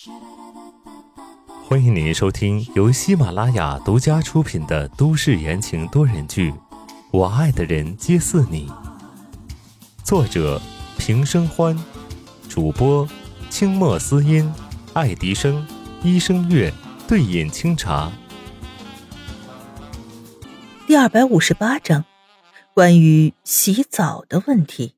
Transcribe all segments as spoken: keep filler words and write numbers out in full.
欢迎您收听由喜马拉雅独家出品的都市言情多人剧《我爱的人皆似你》，作者平生欢，主播清墨思音、爱迪生、医生月、对饮清茶。 第二百五十八章，关于洗澡的问题。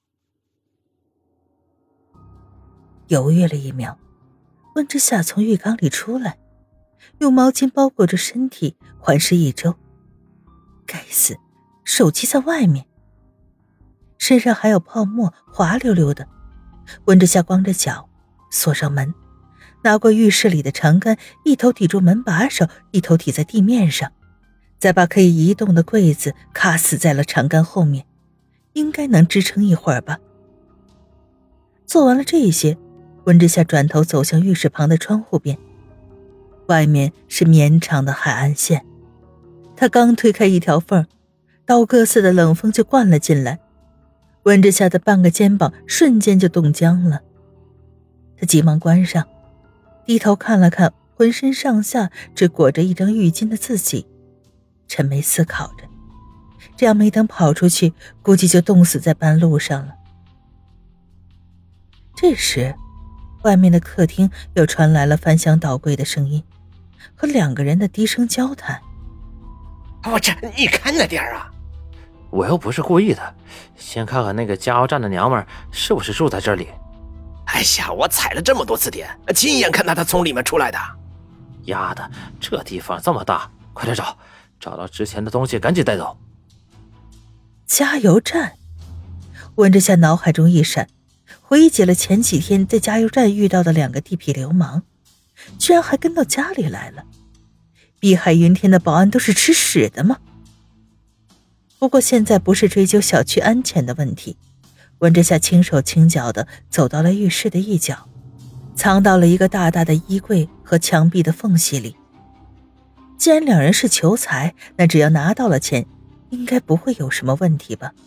犹豫了一秒，温之夏从浴缸里出来，用毛巾包裹着身体，环视一周。该死，手机在外面，身上还有泡沫，滑溜溜的。温之夏光着脚，锁上门，拿过浴室里的长杆，一头抵住门把手，一头抵在地面上，再把可以移动的柜子卡死在了长杆后面，应该能支撑一会儿吧。做完了这些，温之夏转头走向浴室旁的窗户边，外面是绵长的海岸线。他刚推开一条缝，刀割似的冷风就灌了进来，温之夏的半个肩膀瞬间就冻僵了。他急忙关上，低头看了看浑身上下只裹着一张浴巾的自己，沉眉思考着，这样没等跑出去，估计就冻死在半路上了。这时外面的客厅又传来了翻箱倒柜的声音和两个人的低声交谈。 我这你看那点儿啊！ 我又不是故意的，先看看那个加油站的娘们儿是不是住在这里。 哎呀，我踩了这么多次点，亲眼看到她从里面出来的。 丫的，这地方这么大，快点找，找到值钱的东西赶紧带走。 加油站，温之夏脑海中一闪，回忆起了前几天在加油站遇到的两个地痞流氓，居然还跟到家里来了。碧海云天的保安都是吃屎的吗？不过现在不是追究小区安全的问题，温之夏轻手轻脚地走到了浴室的一角，藏到了一个大大的衣柜和墙壁的缝隙里。既然两人是求财，那只要拿到了钱，应该不会有什么问题吧。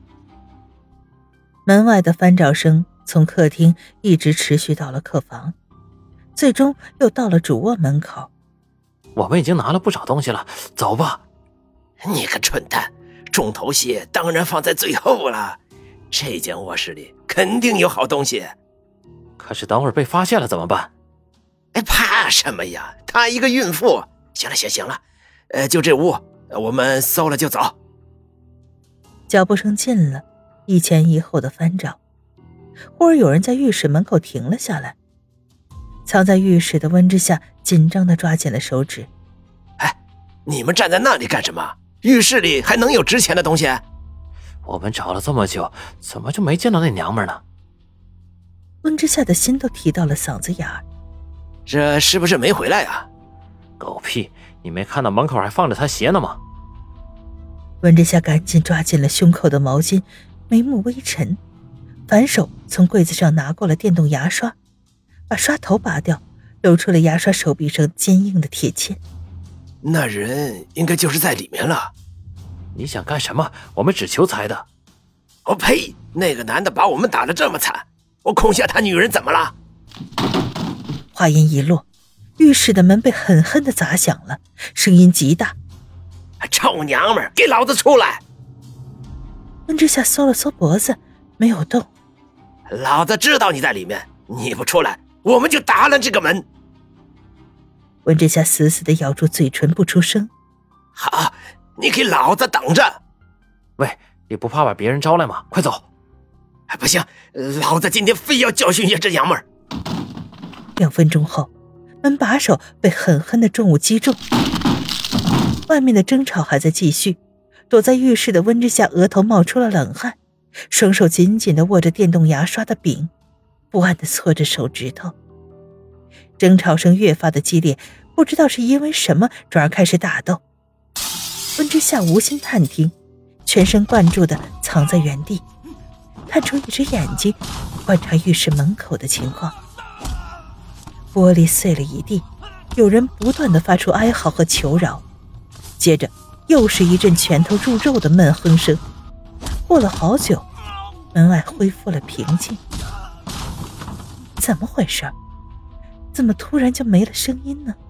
门外的翻找声从客厅一直持续到了客房，最终又到了主卧门口。 我们已经拿了不少东西了，走吧。 你个蠢蛋，重头戏当然放在最后了，这间卧室里肯定有好东西。 可是等会儿被发现了怎么办？ 哎，怕什么呀？她一个孕妇。行了行行了，呃，就这屋，我们搜了就走。 脚步声近了，一前一后的翻找，忽而有人在浴室门口停了下来。藏在浴室的温之夏紧张地抓紧了手指。 哎，你们站在那里干什么？浴室里还能有值钱的东西？ 我们找了这么久，怎么就没见到那娘们呢？ 温之夏的心都提到了嗓子眼儿。 这是不是没回来啊？ 狗屁，你没看到门口还放着他鞋呢吗？ 温之夏赶紧抓紧了胸口的毛巾，眉目微沉，反手从柜子上拿过了电动牙刷，把刷头拔掉，露出了牙刷手臂上坚硬的铁签。 那人应该就是在里面了。 你想干什么？我们只求财的。 我呸！那个男的把我们打得这么惨，我恐吓他女人怎么了？ 话音一落，浴室的门被狠狠地砸响了，声音极大。 臭娘们儿，给老子出来！ 温之夏缩了缩脖子，没有动。 老子知道你在里面，你不出来，我们就打烂这个门。 温之夏死死地咬住嘴唇不出声。 好，你给老子等着！ 喂，你不怕把别人招来吗？快走！ 不行，老子今天非要教训一下这娘们儿。 两分钟后，门把手被狠狠的重物击中。外面的争吵还在继续，躲在浴室的温之夏额头冒出了冷汗，双手紧紧地握着电动牙刷的柄，不安地搓着手指头。争吵声越发的激烈，不知道是因为什么，转而开始打斗。温之夏无心探听，全神贯注地藏在原地，探出一只眼睛观察浴室门口的情况。玻璃碎了一地，有人不断地发出哀嚎和求饶，接着又是一阵拳头入肉的闷哼声。过了好久，门外恢复了平静。怎么回事？ 怎么突然就没了声音呢？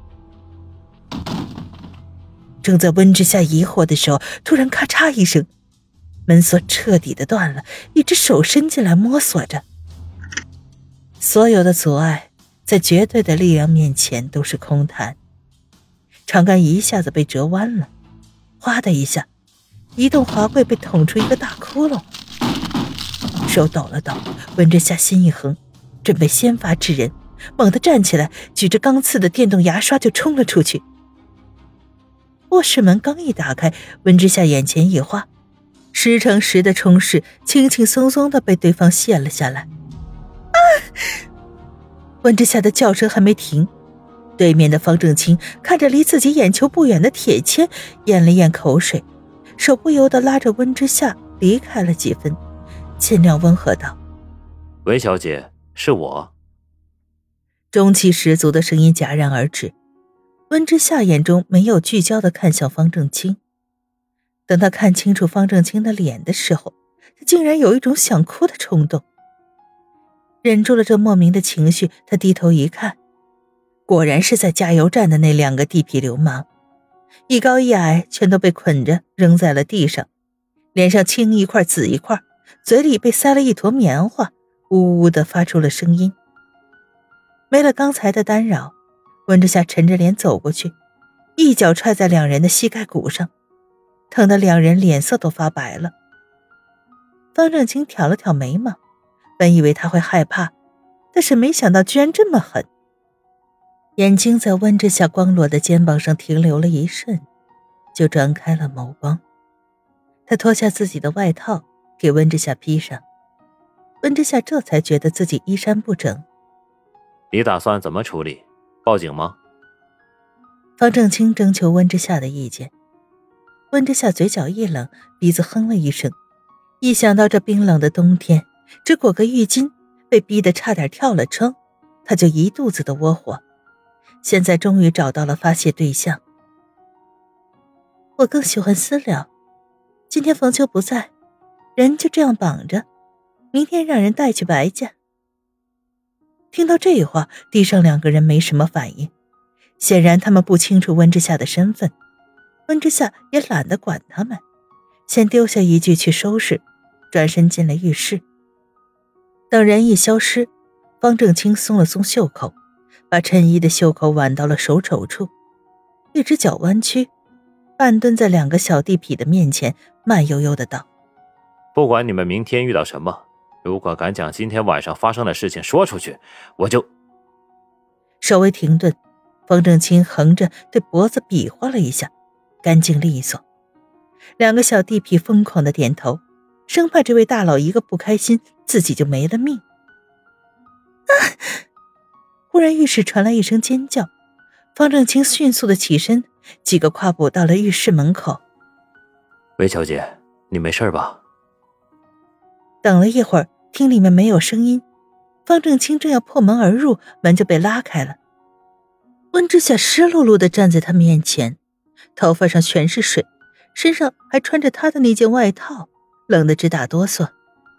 正在温之夏疑惑的时候，突然咔嚓一声，门锁彻底的断了，一只手伸进来摸索着。所有的阻碍在绝对的力量面前都是空谈，长杆一下子被折弯了，哗的一下，移动滑柜被捅出一个大窟窿。手抖了抖，温之夏心一横，准备先发制人，猛地站起来，举着钢刺的电动牙刷就冲了出去。卧室门刚一打开，温之夏眼前一花，十乘十的冲势轻轻松松地被对方卸了下来。啊！温之夏的叫声还没停，对面的方正清看着离自己眼球不远的铁签，咽了咽口水，手不由得拉着温之夏离开了几分，尽量温和道： 温小姐，是我。 中气十足的声音戛然而止，温之夏眼中没有聚焦地看向方正清。等他看清楚方正清的脸的时候，他竟然有一种想哭的冲动。忍住了这莫名的情绪，他低头一看，果然是在加油站的那两个地痞流氓，一高一矮全都被捆着扔在了地上，脸上青一块紫一块，嘴里被塞了一坨棉花，呜呜地发出了声音。没了刚才的干扰，温之夏沉着脸走过去，一脚踹在两人的膝盖骨上，疼得两人脸色都发白了。方正清挑了挑眉毛，本以为他会害怕，但是没想到居然这么狠。眼睛在温之夏光裸的肩膀上停留了一瞬，就转开了眸光。他脱下自己的外套给温之夏披上，温之夏这才觉得自己衣衫不整。 你打算怎么处理？报警吗？ 方正清征求温之夏的意见。温之夏嘴角一冷，鼻子哼了一声，一想到这冰冷的冬天只裹个浴巾被逼得差点跳了窗，他就一肚子的窝火。现在终于找到了发泄对象。我更喜欢私了，今天冯秋不在，人就这样绑着，明天让人带去白家。听到这话，地上两个人没什么反应，显然他们不清楚温之夏的身份。温之夏也懒得管他们，先丢下一句去收拾，转身进了浴室。等人一消失，方正清松了松袖口，把衬衣的袖口挽到了手肘处，一只脚弯曲，半蹲在两个小地痞的面前，慢悠悠地道： 不管你们明天遇到什么，如果敢将今天晚上发生的事情说出去，我就…… 稍微停顿，方正清横着对脖子比划了一下，干净利索。两个小地痞疯狂地点头，生怕这位大佬一个不开心，自己就没了命。啊！忽然浴室传来一声尖叫，方正清迅速地起身，几个跨步到了浴室门口。 韦小姐，你没事吧？ 等了一会儿，听里面没有声音，方正清正要破门而入，门就被拉开了。温之夏湿漉漉地站在他面前，头发上全是水，身上还穿着他的那件外套，冷得直打哆嗦。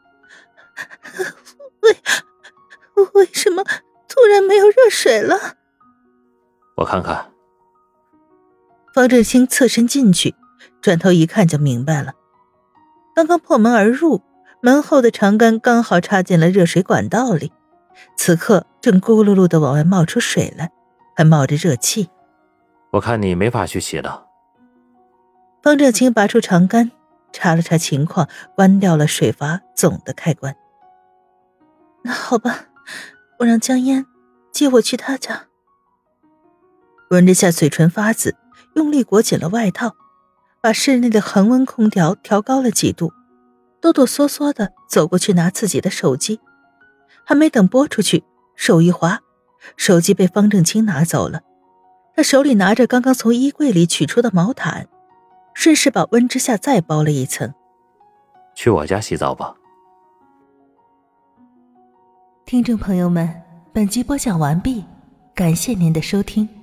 为为什么突然没有热水了？ 我看看。 方正清侧身进去，转头一看就明白了。刚刚破门而入，门后的长杆刚好插进了热水管道里，此刻正咕噜噜地往外冒出水来，还冒着热气。 我看你没法去洗了。 方正清拔出长杆，查了查情况，关掉了水阀总的开关。那好吧，我让江烟接我去他家。温之夏嘴唇发紫，用力裹紧了外套，把室内的恒温空调调高了几度，哆哆嗦嗦地走过去拿自己的手机。还没等拨出去，手一滑，手机被方正清拿走了。他手里拿着刚刚从衣柜里取出的毛毯，顺势把温之夏再包了一层。 去我家洗澡吧。 听众朋友们，本集播讲完毕，感谢您的收听。